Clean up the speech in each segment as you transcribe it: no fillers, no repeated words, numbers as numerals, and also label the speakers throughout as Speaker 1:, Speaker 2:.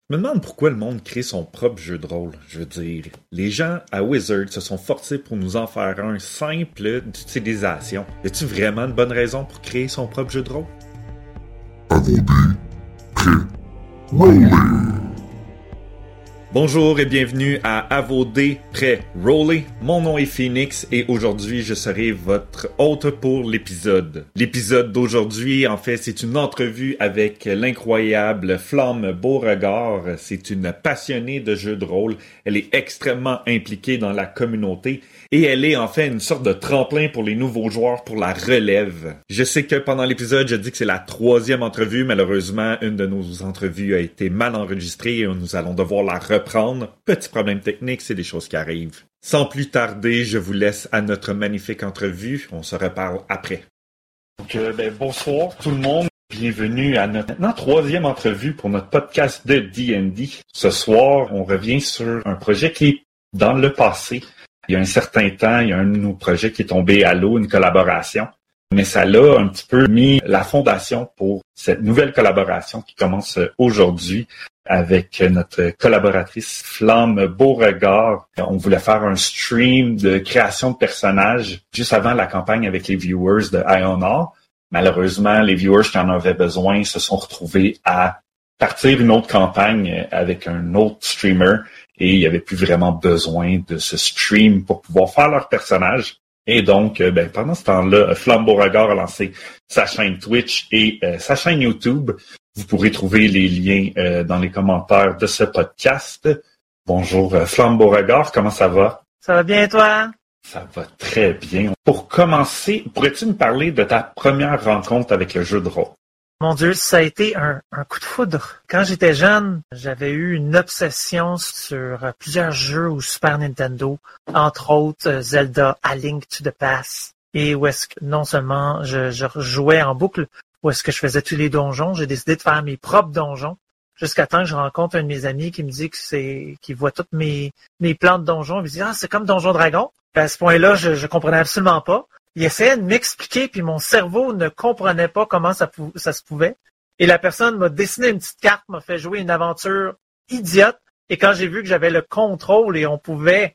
Speaker 1: Je me demande pourquoi le monde crée son propre jeu de rôle. Je veux dire, les gens à Wizard se sont forcés pour nous en faire un simple d'utilisation. Y a-t-il vraiment une bonne raison pour créer son propre jeu de rôle? Bonjour et bienvenue à vos dés prêts roller. Mon nom est Phoenix et aujourd'hui je serai votre hôte pour l'épisode. L'épisode d'aujourd'hui, en fait, c'est une entrevue avec l'incroyable Flamme Beauregard. C'est une passionnée de jeux de rôle. Elle est extrêmement impliquée dans la communauté et elle est en fait une sorte de tremplin pour les nouveaux joueurs pour la relève. Je sais que pendant l'épisode, je dis que c'est la 3e entrevue. Malheureusement, une de nos entrevues a été mal enregistrée et nous allons devoir la reprendre. Petit problème technique, c'est des choses qui arrivent. Sans plus tarder, je vous laisse à notre magnifique entrevue. On se reparle après. Donc, bonsoir tout le monde. Bienvenue à notre maintenant 3e entrevue pour notre podcast de D&D. Ce soir, on revient sur un projet qui est dans le passé. Il y a un certain temps, il y a un de nos projets qui est tombé à l'eau, une collaboration. Mais ça l'a un petit peu mis la fondation pour cette nouvelle collaboration qui commence aujourd'hui avec notre collaboratrice Flamme Beauregard. On voulait faire un stream de création de personnages juste avant la campagne avec les viewers de Ionor. Malheureusement, les viewers qui en avaient besoin se sont retrouvés à partir une autre campagne avec un autre streamer et il n'y avait plus vraiment besoin de ce stream pour pouvoir faire leur personnage. Et donc, pendant ce temps-là, Flamme Beauregard a lancé sa chaîne Twitch et sa chaîne YouTube. Vous pourrez trouver les liens dans les commentaires de ce podcast. Bonjour Flamme Beauregard, comment ça va?
Speaker 2: Ça va bien toi?
Speaker 1: Ça va très bien. Pour commencer, pourrais-tu me parler de ta première rencontre avec le jeu de rôle?
Speaker 2: Mon Dieu, ça a été un coup de foudre. Quand j'étais jeune, j'avais eu une obsession sur plusieurs jeux au Super Nintendo, entre autres Zelda, A Link to the Past, et où est-ce que non seulement je jouais en boucle, où est-ce que je faisais tous les donjons, j'ai décidé de faire mes propres donjons, jusqu'à temps que je rencontre un de mes amis qui me dit qu'il voit toutes mes plans de donjons, il me dit « Ah, c'est comme Donjon Dragon ». À ce point-là, je comprenais absolument pas. Il essayait de m'expliquer, puis mon cerveau ne comprenait pas comment ça se pouvait. Et la personne m'a dessiné une petite carte, m'a fait jouer une aventure idiote. Et quand j'ai vu que j'avais le contrôle et on pouvait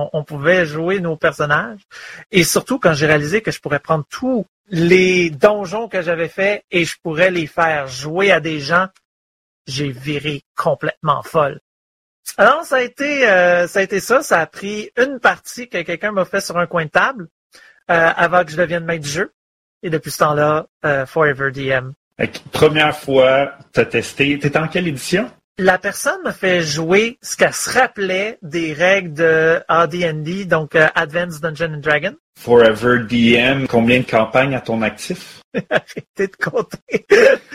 Speaker 2: jouer nos personnages, et surtout quand j'ai réalisé que je pourrais prendre tous les donjons que j'avais faits et je pourrais les faire jouer à des gens, j'ai viré complètement folle. Alors, ça a été ça. Ça a pris une partie que quelqu'un m'a fait sur un coin de table. Avant que je devienne maître du jeu. Et depuis ce temps-là, Forever DM.
Speaker 1: Première fois, t'as testé. T'étais en quelle édition?
Speaker 2: La personne m'a fait jouer ce qu'elle se rappelait des règles de AD&D, donc Advanced Dungeons and Dragons.
Speaker 1: Forever DM, combien de campagnes à ton actif?
Speaker 2: Arrêtez de compter.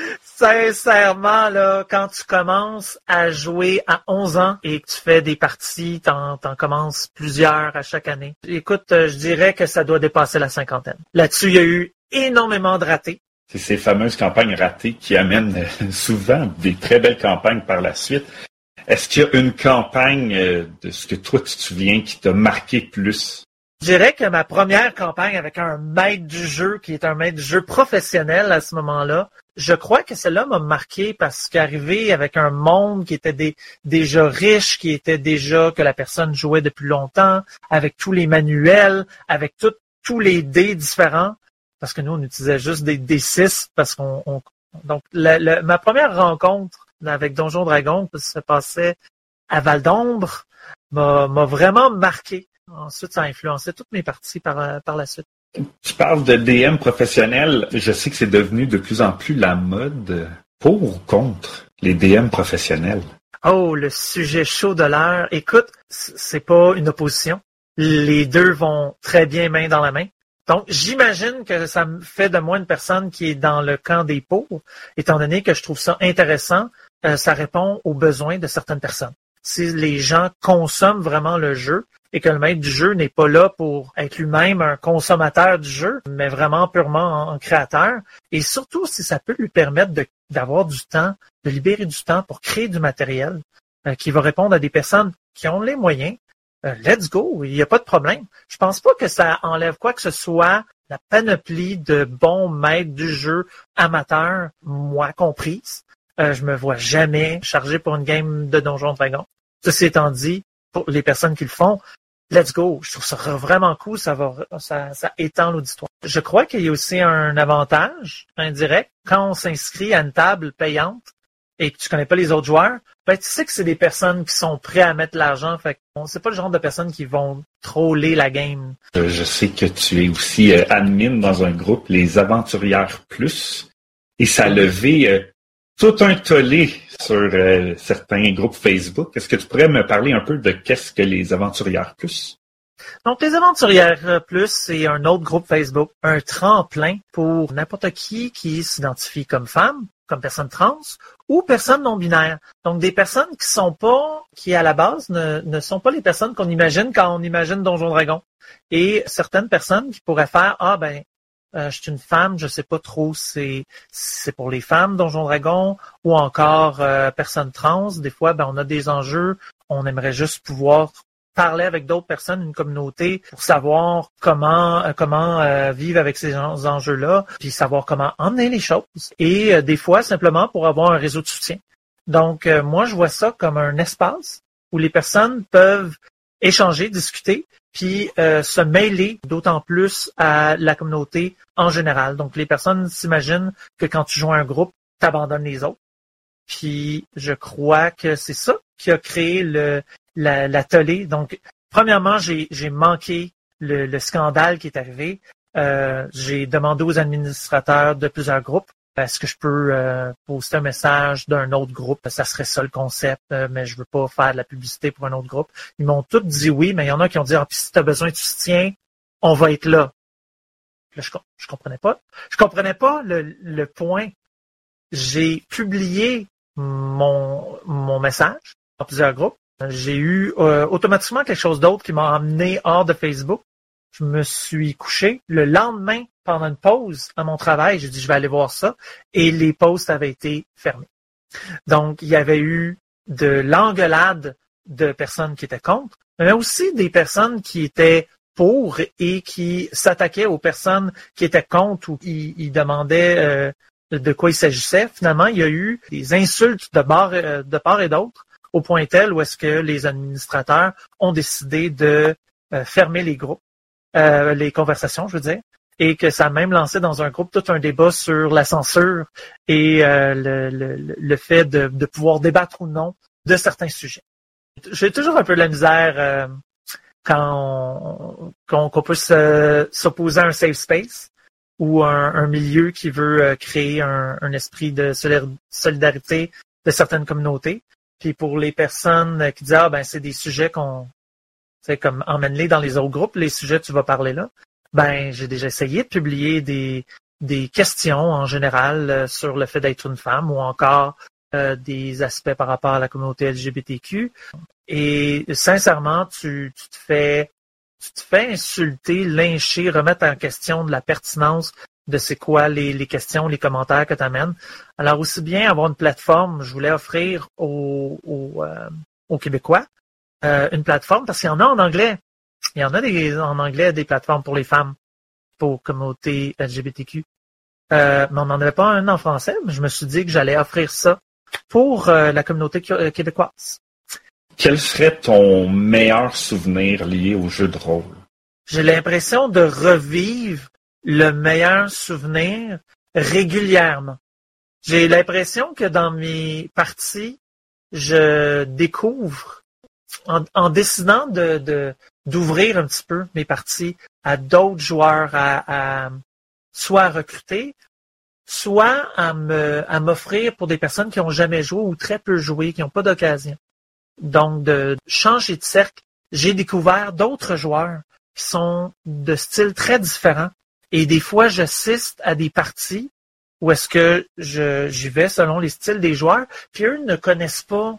Speaker 2: Sincèrement, là, quand tu commences à jouer à 11 ans et que tu fais des parties, t'en commences plusieurs à chaque année. Écoute, je dirais que ça doit dépasser la 50aine. Là-dessus, il y a eu énormément de ratés.
Speaker 1: C'est ces fameuses campagnes ratées qui amènent souvent des très belles campagnes par la suite. Est-ce qu'il y a une campagne de ce que toi tu te souviens qui t'a marqué plus?
Speaker 2: Je dirais que ma première campagne avec un maître du jeu, qui est un maître du jeu professionnel à ce moment-là, je crois que celle-là m'a marqué parce qu'arrivé avec un monde qui était déjà riche, qui était déjà que la personne jouait depuis longtemps, avec tous les manuels, avec tous les dés différents, parce que nous, on utilisait juste des D6, parce donc ma première rencontre avec Donjon Dragon, ça se passait à Val d'Ombre, m'a vraiment marqué. Ensuite, ça a influencé toutes mes parties par la suite.
Speaker 1: Tu parles de DM professionnel. Je sais que c'est devenu de plus en plus la mode. Pour ou contre les DM professionnels?
Speaker 2: Oh, le sujet chaud de l'heure. Écoute, c'est pas une opposition. Les deux vont très bien main dans la main. Donc, j'imagine que ça me fait de moi une personne qui est dans le camp des pour, étant donné que je trouve ça intéressant. Ça répond aux besoins de certaines personnes. Si les gens consomment vraiment le jeu et que le maître du jeu n'est pas là pour être lui-même un consommateur du jeu, mais vraiment purement un créateur, et surtout si ça peut lui permettre d'avoir du temps, de libérer du temps pour créer du matériel qui va répondre à des personnes qui ont les moyens, let's go, il n'y a pas de problème. Je pense pas que ça enlève quoi que ce soit la panoplie de bons maîtres du jeu amateurs, moi comprise. Je me vois jamais chargé pour une game de Donjons Dragons. Ceci étant dit, pour les personnes qui le font, let's go. Je trouve ça vraiment cool. Ça étend l'auditoire. Je crois qu'il y a aussi un avantage indirect. Quand on s'inscrit à une table payante et que tu connais pas les autres joueurs, ben, tu sais que c'est des personnes qui sont prêts à mettre l'argent. Fait que c'est pas le genre de personnes qui vont troller la game.
Speaker 1: Je sais que tu es aussi admin dans un groupe, les Aventurières Plus, et ça a levé tout un tollé sur certains groupes Facebook. Est-ce que tu pourrais me parler un peu de qu'est-ce que les Aventurières Plus?
Speaker 2: Donc, les Aventurières Plus, c'est un autre groupe Facebook, un tremplin pour n'importe qui s'identifie comme femme, comme personne trans ou personne non-binaire. Donc, des personnes qui à la base ne sont pas les personnes qu'on imagine quand on imagine Donjons Dragons. Et certaines personnes qui pourraient faire, je suis une femme, je sais pas trop, c'est pour les femmes Donjons Dragons ou encore personnes trans. Des fois, on a des enjeux, on aimerait juste pouvoir parler avec d'autres personnes, une communauté, pour savoir comment vivre avec ces enjeux-là, puis savoir comment emmener les choses. Et des fois, simplement pour avoir un réseau de soutien. Donc, moi, je vois ça comme un espace où les personnes peuvent échanger, discuter, puis se mêler d'autant plus à la communauté en général. Donc, les personnes s'imaginent que quand tu joues à un groupe, tu abandonnes les autres. Puis, je crois que c'est ça qui a créé la tollée. Donc, premièrement, j'ai manqué le scandale qui est arrivé. J'ai demandé aux administrateurs de plusieurs groupes, est-ce que je peux poster un message d'un autre groupe? Ça serait ça le concept, mais je veux pas faire de la publicité pour un autre groupe. Ils m'ont tous dit oui, mais il y en a qui ont dit, puis si tu as besoin de soutien, on va être là. Là, je comprenais pas. Je comprenais pas le point. J'ai publié mon message dans plusieurs groupes. J'ai eu automatiquement quelque chose d'autre qui m'a emmené hors de Facebook. Je me suis couché. Le lendemain, pendant une pause à mon travail, j'ai dit je vais aller voir ça. Et les posts avaient été fermés. Donc, il y avait eu de l'engueulade de personnes qui étaient contre, mais aussi des personnes qui étaient pour et qui s'attaquaient aux personnes qui étaient contre ou qui demandaient de quoi il s'agissait. Finalement, il y a eu des insultes de part et d'autre, au point tel où est-ce que les administrateurs ont décidé de fermer les groupes, les conversations, je veux dire, et que ça a même lancé dans un groupe tout un débat sur la censure et le fait de pouvoir débattre ou non de certains sujets. J'ai toujours un peu de la misère quand qu'on peut s'opposer à un safe space ou un milieu qui veut créer un esprit de solidarité de certaines communautés. Puis pour les personnes qui disent c'est des sujets c'est comme emmène-les dans les autres groupes, les sujets tu vas parler là. J'ai déjà essayé de publier des questions en général sur le fait d'être une femme ou encore des aspects par rapport à la communauté LGBTQ. Et sincèrement, tu te fais insulter, lyncher, remettre en question de la pertinence de c'est quoi les questions, les commentaires que tu amènes. Alors, aussi bien avoir une plateforme, je voulais offrir aux Québécois une plateforme, parce qu'il y en a en anglais. Il y en a en anglais des plateformes pour les femmes, pour communauté LGBTQ. Mais on n'en avait pas un en français, mais je me suis dit que j'allais offrir ça pour la communauté québécoise.
Speaker 1: Quel serait ton meilleur souvenir lié au jeu de rôle?
Speaker 2: J'ai l'impression de revivre le meilleur souvenir régulièrement. J'ai l'impression que dans mes parties, je découvre, en décidant d'ouvrir un petit peu mes parties à d'autres joueurs, soit à recruter, soit à m'offrir pour des personnes qui n'ont jamais joué ou très peu joué, qui n'ont pas d'occasion. Donc, de changer de cercle, j'ai découvert d'autres joueurs qui sont de styles très différents. Et des fois, j'assiste à des parties où est-ce que j'y vais selon les styles des joueurs, puis eux ne connaissent pas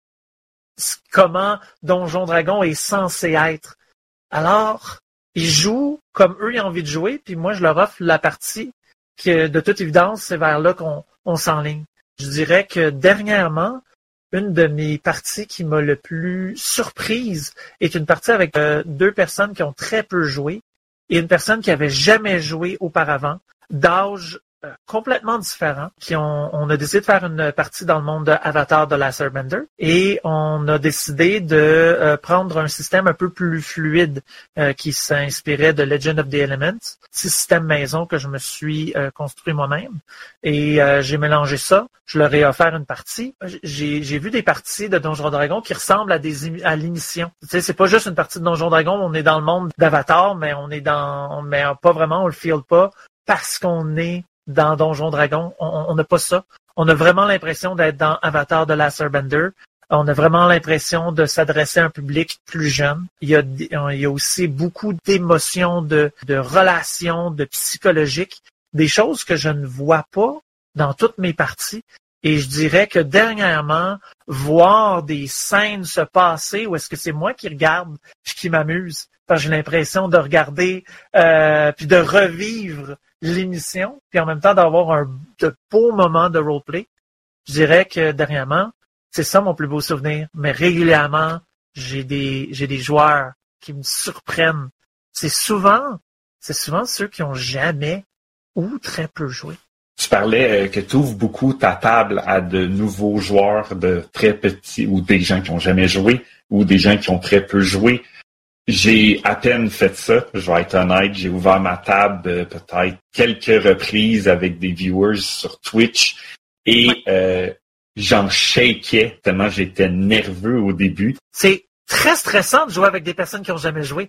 Speaker 2: comment Donjon Dragon est censé être. Alors, ils jouent comme eux ils ont envie de jouer, puis moi, je leur offre la partie que, de toute évidence, c'est vers là qu'on s'enligne. Je dirais que dernièrement, une de mes parties qui m'a le plus surprise est une partie avec deux personnes qui ont très peu joué et une personne qui avait jamais joué auparavant, d'âge complètement différents. Puis on a décidé de faire une partie dans le monde de Avatar de Last Airbender et on a décidé de prendre un système un peu plus fluide qui s'inspirait de Legend of the Elements, petit système maison que je me suis construit moi-même et j'ai mélangé ça. Je leur ai offert une partie. J'ai vu des parties de Donjons Dragons qui ressemblent à l'émission. Tu sais, c'est pas juste une partie de Donjons Dragons, on est dans le monde d'Avatar, mais mais pas vraiment, on le feel pas parce qu'on est dans Donjons Dragons. On n'a pas ça. On a vraiment l'impression d'être dans Avatar de Last Airbender. On a vraiment l'impression de s'adresser à un public plus jeune. Il y a aussi beaucoup d'émotions, de relations, de psychologiques, des choses que je ne vois pas dans toutes mes parties. Et je dirais que dernièrement, voir des scènes se passer où est-ce que c'est moi qui regarde puis qui m'amuse, parce que j'ai l'impression de regarder puis de revivre l'émission, puis en même temps d'avoir de beaux moments de roleplay. Je dirais que dernièrement, c'est ça mon plus beau souvenir. Mais régulièrement, j'ai des joueurs qui me surprennent. C'est souvent ceux qui ont jamais ou très peu joué.
Speaker 1: Tu parlais que tu ouvres beaucoup ta table à de nouveaux joueurs de très petits ou des gens qui n'ont jamais joué ou des gens qui ont très peu joué. J'ai à peine fait ça, je vais être honnête. J'ai ouvert ma table peut-être quelques reprises avec des viewers sur Twitch et j'en shakeais tellement j'étais nerveux au début.
Speaker 2: C'est très stressant de jouer avec des personnes qui n'ont jamais joué.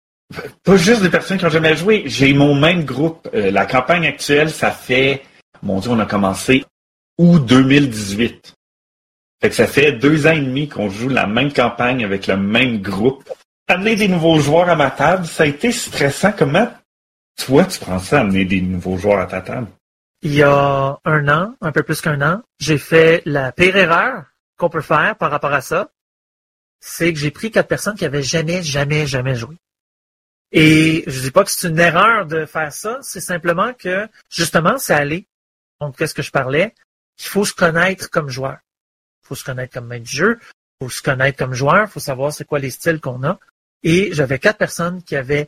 Speaker 1: Pas juste des personnes qui n'ont jamais joué. J'ai mon même groupe. La campagne actuelle, ça fait... Mon Dieu, on a commencé août 2018. Fait que ça fait 2 ans et demi qu'on joue la même campagne avec le même groupe. Amener des nouveaux joueurs à ma table, ça a été stressant. Comment toi, tu prends ça, amener des nouveaux joueurs à ta table?
Speaker 2: Il y a 1 an, un peu plus qu'1 an, j'ai fait la pire erreur qu'on peut faire par rapport à ça. C'est que j'ai pris 4 personnes qui avaient jamais joué. Et je dis pas que c'est une erreur de faire ça, c'est simplement que, justement, c'est aller. Donc, qu'est-ce que je parlais? Il faut se connaître comme joueur. Il faut se connaître comme maître du jeu. Il faut se connaître comme joueur. Il faut savoir c'est quoi les styles qu'on a. Et j'avais 4 personnes qui avaient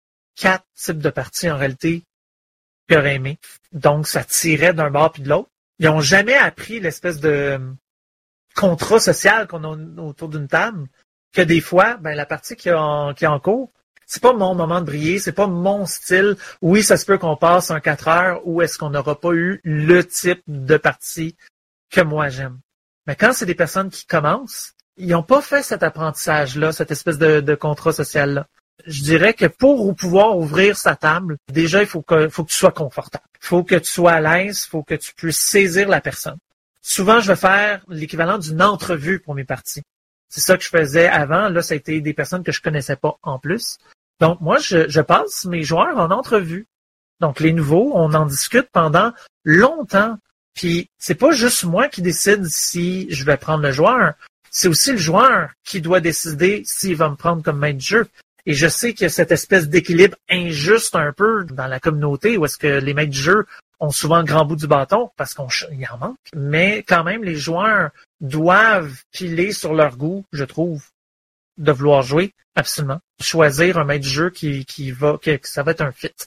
Speaker 2: 4 types de parties, en réalité, qu'ils auraient aimé. Donc, ça tirait d'un bord puis de l'autre. Ils n'ont jamais appris l'espèce de contrat social qu'on a autour d'une table, que des fois, la partie qui est en cours, c'est pas mon moment de briller, c'est pas mon style. Oui, ça se peut qu'on passe un 4 heures où est-ce qu'on n'aura pas eu le type de partie que moi j'aime. Mais quand c'est des personnes qui commencent, ils n'ont pas fait cet apprentissage-là, cette espèce de contrat social-là. Je dirais que pour pouvoir ouvrir sa table, déjà, il faut que tu sois confortable. Il faut que tu sois à l'aise, il faut que tu puisses saisir la personne. Souvent, je vais faire l'équivalent d'une entrevue pour mes parties. C'est ça que je faisais avant. Là, ça a été des personnes que je connaissais pas en plus. Donc, moi, je passe mes joueurs en entrevue. Donc, les nouveaux, on en discute pendant longtemps. Puis, c'est pas juste moi qui décide si je vais prendre le joueur. C'est aussi le joueur qui doit décider s'il va me prendre comme maître de jeu. Et je sais qu'il y a cette espèce d'équilibre injuste un peu dans la communauté où est-ce que les maîtres de jeu ont souvent le grand bout du bâton parce qu'il en manque. Mais quand même, les joueurs doivent piler sur leur goût, je trouve, de vouloir jouer, absolument. Choisir un maître de jeu que ça va être un fit.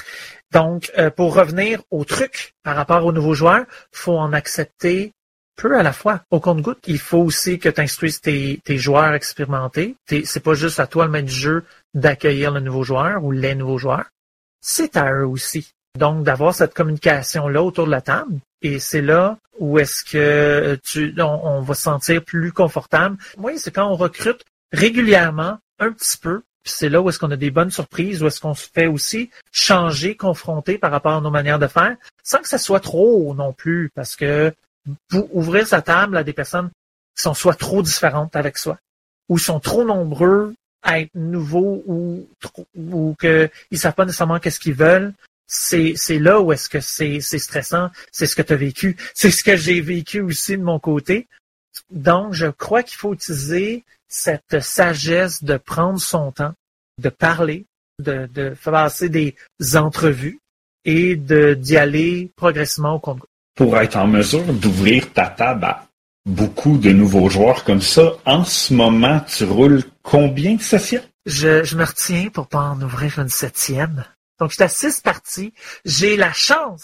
Speaker 2: Donc, pour revenir au truc par rapport aux nouveaux joueurs, il faut en accepter peu à la fois, au compte-gouttes. Il faut aussi que tu instruises tes joueurs expérimentés. C'est pas juste à toi, le maître du jeu, d'accueillir le nouveau joueur ou les nouveaux joueurs. C'est à eux aussi. Donc, d'avoir cette communication-là autour de la table. Et c'est là où est-ce que on va se sentir plus confortable. Oui, c'est quand on recrute régulièrement, un petit peu. Puis c'est là où est-ce qu'on a des bonnes surprises, où est-ce qu'on se fait aussi changer, confronter par rapport à nos manières de faire, sans que ça soit trop non plus, parce que pour ouvrir sa table à des personnes qui sont soit trop différentes avec soi, ou sont trop nombreux à être nouveaux, ou qu'ils ne savent pas nécessairement qu'est-ce qu'ils veulent, c'est là où est-ce que c'est stressant, c'est ce que tu as vécu, c'est ce que j'ai vécu aussi de mon côté. Donc, je crois qu'il faut utiliser cette sagesse de prendre son temps, de parler, de faire passer des entrevues et d'y aller progressivement au compte.
Speaker 1: Pour être en mesure d'ouvrir ta table à beaucoup de nouveaux joueurs comme ça, en ce moment, tu roules combien de sessions?
Speaker 2: Je me retiens pour pas en ouvrir une 7e. Donc, j'étais à 6 parties. J'ai la chance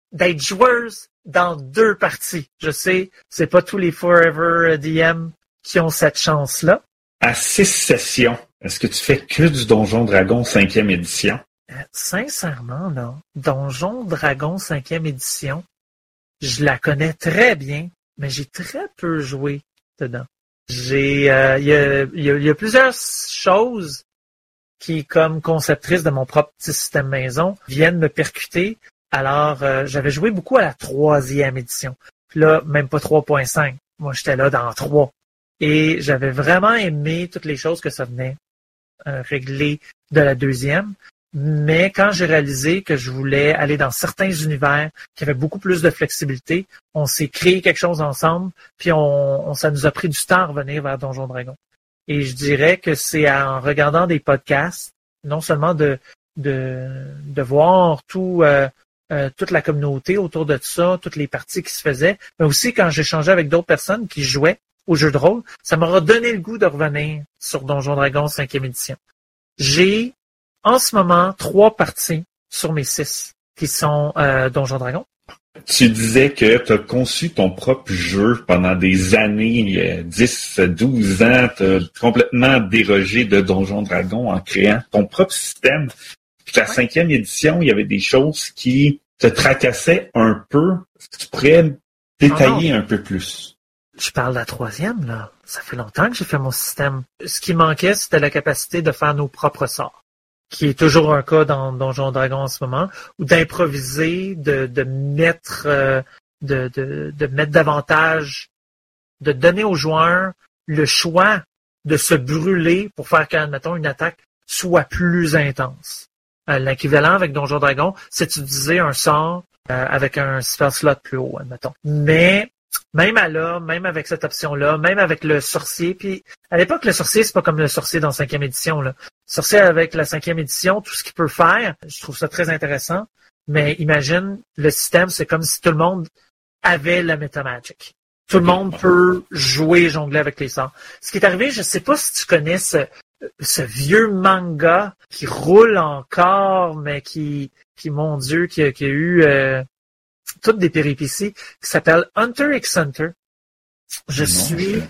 Speaker 2: d'être joueuse dans 2 parties. Je sais, c'est pas tous les Forever DM qui ont cette chance-là.
Speaker 1: À 6 sessions, est-ce que tu fais que du Donjon Dragon 5e édition?
Speaker 2: Sincèrement, là, Donjon Dragon 5e édition, je la connais très bien, mais j'ai très peu joué dedans. Il y a plusieurs choses qui, comme conceptrice de mon propre petit système maison, viennent me percuter. Alors, j'avais joué beaucoup à la 3e édition. Puis là, même pas 3.5. Moi, j'étais là dans 3. Et j'avais vraiment aimé toutes les choses que ça venait régler de la 2e. Mais quand j'ai réalisé que je voulais aller dans certains univers qui avaient beaucoup plus de flexibilité, on s'est créé quelque chose ensemble, puis ça nous a pris du temps à revenir vers Donjon Dragon. Et je dirais que c'est en regardant des podcasts, non seulement de voir toute la communauté autour de ça, toutes les parties qui se faisaient, mais aussi quand j'échangeais avec d'autres personnes qui jouaient au jeu de rôle, ça m'aura donné le goût de revenir sur Donjon Dragon 5e édition. J'ai en ce moment 3 parties sur mes 6 qui sont Donjon Dragon.
Speaker 1: Tu disais que tu as conçu ton propre jeu pendant des années, 10, 12 ans, tu as complètement dérogé de Donjon Dragon en créant ton propre système. Puis la 5e édition, il y avait des choses qui te tracassaient un peu. Est-ce que tu pourrais détailler un peu plus?
Speaker 2: Je parle de la 3e, là. Ça fait longtemps que j'ai fait mon système. Ce qui manquait, c'était la capacité de faire nos propres sorts, qui est toujours un cas dans Donjon Dragon en ce moment, ou d'improviser, de mettre davantage, de donner aux joueurs le choix de se brûler pour faire qu'admettons une attaque soit plus intense. L'équivalent avec Donjon Dragon, c'est d'utiliser un sort avec un spell slot plus haut, admettons. Mais même avec cette option-là, même avec le sorcier, puis à l'époque, le sorcier, c'est pas comme le sorcier dans 5e édition, là. Le sorcier avec la 5e édition, tout ce qu'il peut faire, je trouve ça très intéressant, mais imagine, le système, c'est comme si tout le monde avait la Metamagic. Tout le monde peut jouer, jongler avec les sorts. Ce qui est arrivé, je sais pas si tu connais ce vieux manga qui roule encore, mais qui mon Dieu, qui a eu toutes des péripéties, qui s'appelle Hunter x Hunter. Je suis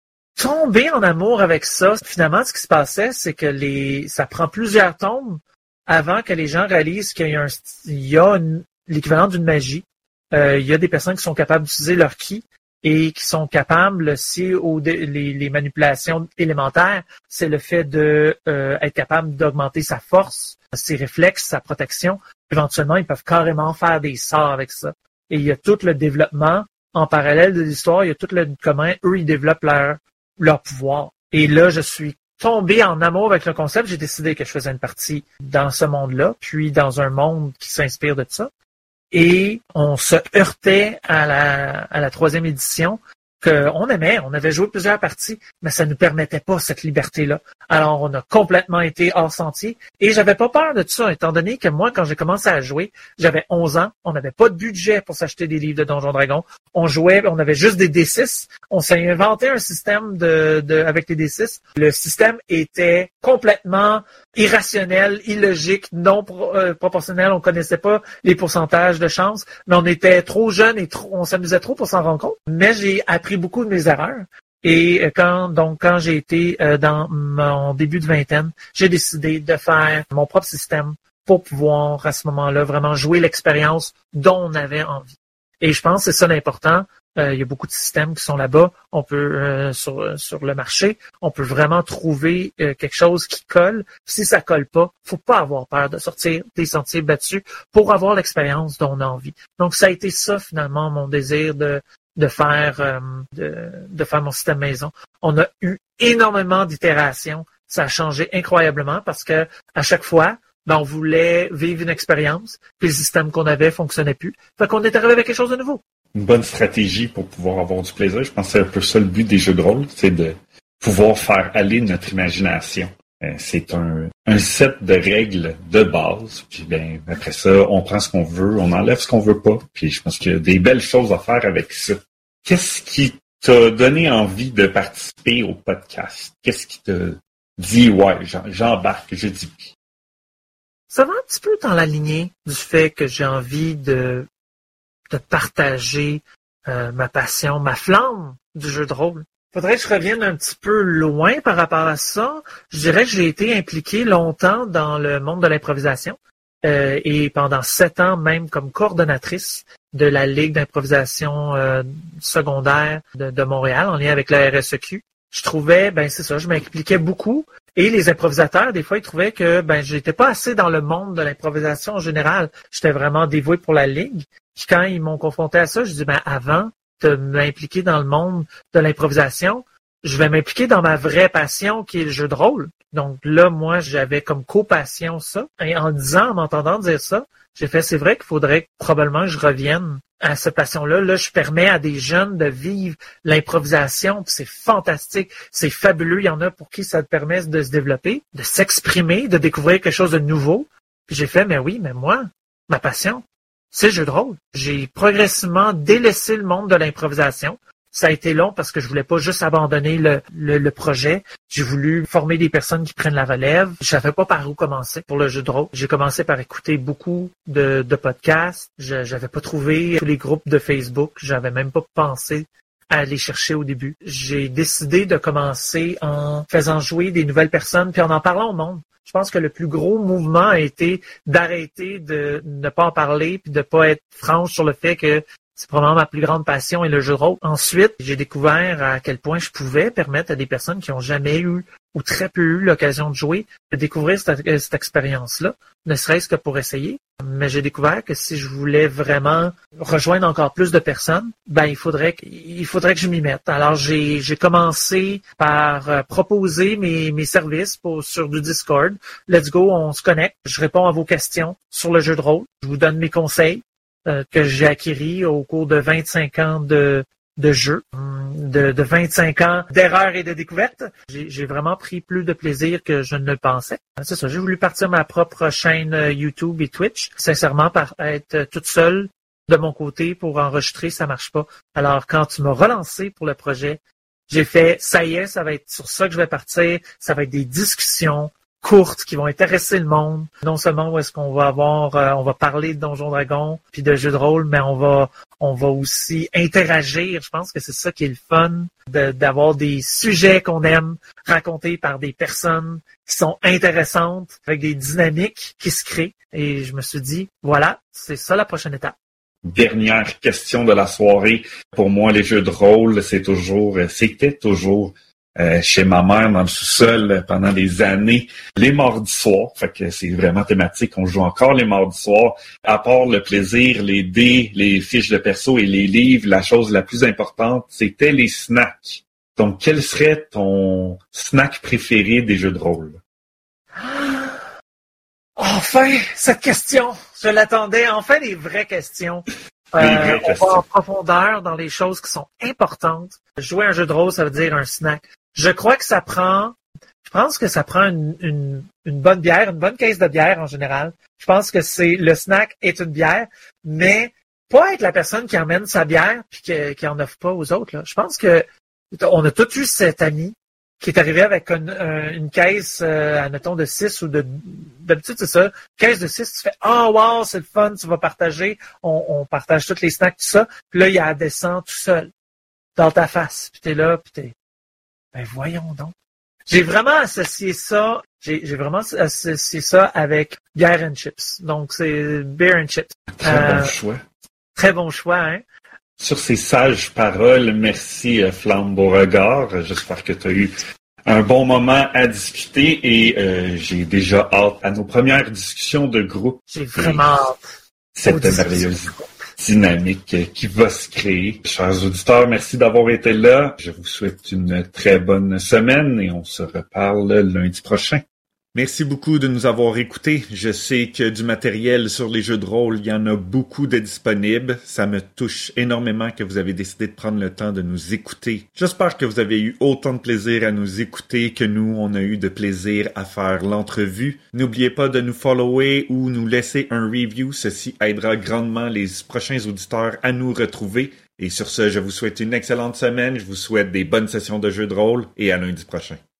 Speaker 2: tombé en amour avec ça. Finalement, ce qui se passait, c'est que ça prend plusieurs tomes avant que les gens réalisent qu'il y a l'équivalent d'une magie. Il y a des personnes qui sont capables d'utiliser leur ki et qui sont capables, si les manipulations élémentaires, c'est le fait de être capable d'augmenter sa force, ses réflexes, sa protection. Éventuellement, ils peuvent carrément faire des sorts avec ça. Et il y a tout le développement en parallèle de l'histoire, il y a tout comment eux, ils développent leur pouvoir. Et là, je suis tombé en amour avec le concept. J'ai décidé que je faisais une partie dans ce monde-là, puis dans un monde qui s'inspire de ça. Et on se heurtait à la 3e édition qu'on aimait. On avait joué plusieurs parties, mais ça ne nous permettait pas cette liberté-là. Alors, on a complètement été hors sentier. Et j'avais pas peur de ça, étant donné que moi, quand j'ai commencé à jouer, j'avais 11 ans. On n'avait pas de budget pour s'acheter des livres de Donjon Dragon. On jouait, on avait juste des D6. On s'est inventé un système avec les D6. Le système était complètement irrationnel, illogique, non proportionnel. On connaissait pas les pourcentages de chance, mais on était trop jeunes et on s'amusait trop pour s'en rendre compte. Mais j'ai appris beaucoup de mes erreurs. Et quand j'ai été dans mon début de vingtaine, j'ai décidé de faire mon propre système pour pouvoir, à ce moment-là, vraiment jouer l'expérience dont on avait envie. Et je pense que c'est ça l'important. Il y a beaucoup de systèmes qui sont là-bas. On peut, sur le marché, on peut vraiment trouver quelque chose qui colle. Si ça colle pas, faut pas avoir peur de sortir des sentiers battus pour avoir l'expérience dont on a envie. Donc, ça a été ça, finalement, mon désir de faire mon système maison. On a eu énormément d'itérations. Ça a changé incroyablement parce que à chaque fois, on voulait vivre une expérience, puis le système qu'on avait fonctionnait plus. Fait qu'on est arrivé avec quelque chose de nouveau.
Speaker 1: Une bonne stratégie pour pouvoir avoir du plaisir. Je pense que c'est un peu ça le but des jeux de rôle, c'est de pouvoir faire aller notre imagination. C'est un set de règles de base. Puis après ça, on prend ce qu'on veut, on enlève ce qu'on veut pas. Puis je pense qu'il y a des belles choses à faire avec ça. Qu'est-ce qui t'a donné envie de participer au podcast? Qu'est-ce qui t'a dit, ouais, j'embarque, je dis oui?
Speaker 2: Ça va un petit peu dans la lignée du fait que j'ai envie de de partager ma passion, ma flamme du jeu de rôle. Faudrait que je revienne un petit peu loin par rapport à ça. Je dirais que j'ai été impliqué longtemps dans le monde de l'improvisation et pendant 7 ans même comme coordonnatrice de la Ligue d'improvisation secondaire de Montréal en lien avec la RSEQ. Je trouvais, c'est ça, je m'impliquais beaucoup et les improvisateurs, des fois, ils trouvaient que j'étais pas assez dans le monde de l'improvisation en général. J'étais vraiment dévoué pour la Ligue. Puis quand ils m'ont confronté à ça, je dis avant de m'impliquer dans le monde de l'improvisation, je vais m'impliquer dans ma vraie passion qui est le jeu de rôle. Donc là, moi, j'avais comme co-passion ça. Et en m'entendant dire ça, j'ai fait, c'est vrai qu'il faudrait probablement que je revienne à cette passion-là. Là, je permets à des jeunes de vivre l'improvisation, puis c'est fantastique, c'est fabuleux. Il y en a pour qui ça te permet de se développer, de s'exprimer, de découvrir quelque chose de nouveau. Puis j'ai fait, mais moi, ma passion, c'est le jeu de rôle. J'ai progressivement délaissé le monde de l'improvisation. Ça a été long parce que je voulais pas juste abandonner le projet. J'ai voulu former des personnes qui prennent la relève. Je savais pas par où commencer pour le jeu de rôle. J'ai commencé par écouter beaucoup de podcasts. J'avais pas trouvé tous les groupes de Facebook. J'avais même pas pensé à aller chercher au début. J'ai décidé de commencer en faisant jouer des nouvelles personnes puis en parlant au monde. Je pense que le plus gros mouvement a été d'arrêter de ne pas en parler puis de pas être franche sur le fait que c'est probablement ma plus grande passion est le jeu de rôle. Ensuite, j'ai découvert à quel point je pouvais permettre à des personnes qui n'ont jamais eu ou très peu eu l'occasion de jouer de découvrir cette expérience-là, ne serait-ce que pour essayer. Mais j'ai découvert que si je voulais vraiment rejoindre encore plus de personnes, il faudrait que je m'y mette. Alors j'ai commencé par proposer mes services sur du Discord. Let's go, on se connecte. Je réponds à vos questions sur le jeu de rôle. Je vous donne mes conseils que j'ai acquis au cours de 25 ans de jeu, de 25 ans d'erreurs et de découvertes. J'ai vraiment pris plus de plaisir que je ne le pensais. C'est ça, j'ai voulu partir ma propre chaîne YouTube et Twitch. Sincèrement, par être toute seule de mon côté pour enregistrer, ça marche pas. Alors, quand tu m'as relancé pour le projet, j'ai fait, ça y est, ça va être sur ça que je vais partir. Ça va être des discussions courtes qui vont intéresser le monde. Non seulement où est-ce qu'on va on va parler de Donjons Dragons puis de jeux de rôle, mais on va aussi interagir. Je pense que c'est ça qui est le fun, d'avoir des sujets qu'on aime racontés par des personnes qui sont intéressantes, avec des dynamiques qui se créent. Et je me suis dit, voilà, c'est ça la prochaine étape.
Speaker 1: Dernière question de la soirée. Pour moi, les jeux de rôle, c'était toujours chez ma mère dans le sous-sol pendant des années, les mardis soirs. Fait que c'est vraiment thématique. On joue encore les mardis soirs. À part le plaisir, les dés, les fiches de perso et les livres, la chose la plus importante, c'était les snacks. Donc, quel serait ton snack préféré des jeux de rôle?
Speaker 2: Enfin, cette question! Je l'attendais. Enfin, les vraies questions. On va en profondeur dans les choses qui sont importantes. Jouer un jeu de rôle, ça veut dire un snack. Je pense que ça prend une bonne bière, une bonne caisse de bière en général. Je pense que le snack est une bière, mais pas être la personne qui emmène sa bière puis qui en offre pas aux autres, là. Je pense que on a tous eu cet ami qui est arrivé avec une caisse, admettons, de 6 ou d'habitude, c'est ça, caisse de 6, tu fais, wow, c'est le fun, tu vas partager, on partage tous les snacks, tout ça, puis là, il y a descend tout seul, dans ta face, puis t'es là, puis t'es, voyons donc. J'ai vraiment associé ça avec bière and chips. Donc, c'est beer and chips.
Speaker 1: Très bon choix.
Speaker 2: Très bon choix, hein.
Speaker 1: Sur ces sages paroles, merci Flamme Beauregard. J'espère que tu as eu un bon moment à discuter et j'ai déjà hâte à nos premières discussions de groupe.
Speaker 2: J'ai vraiment hâte.
Speaker 1: Cette merveilleuse dynamique qui va se créer. Chers auditeurs, merci d'avoir été là. Je vous souhaite une très bonne semaine et on se reparle lundi prochain. Merci beaucoup de nous avoir écoutés. Je sais que du matériel sur les jeux de rôle, il y en a beaucoup de disponibles. Ça me touche énormément que vous avez décidé de prendre le temps de nous écouter. J'espère que vous avez eu autant de plaisir à nous écouter que nous, on a eu de plaisir à faire l'entrevue. N'oubliez pas de nous follower ou nous laisser un review. Ceci aidera grandement les prochains auditeurs à nous retrouver. Et sur ce, je vous souhaite une excellente semaine. Je vous souhaite des bonnes sessions de jeux de rôle et à lundi prochain.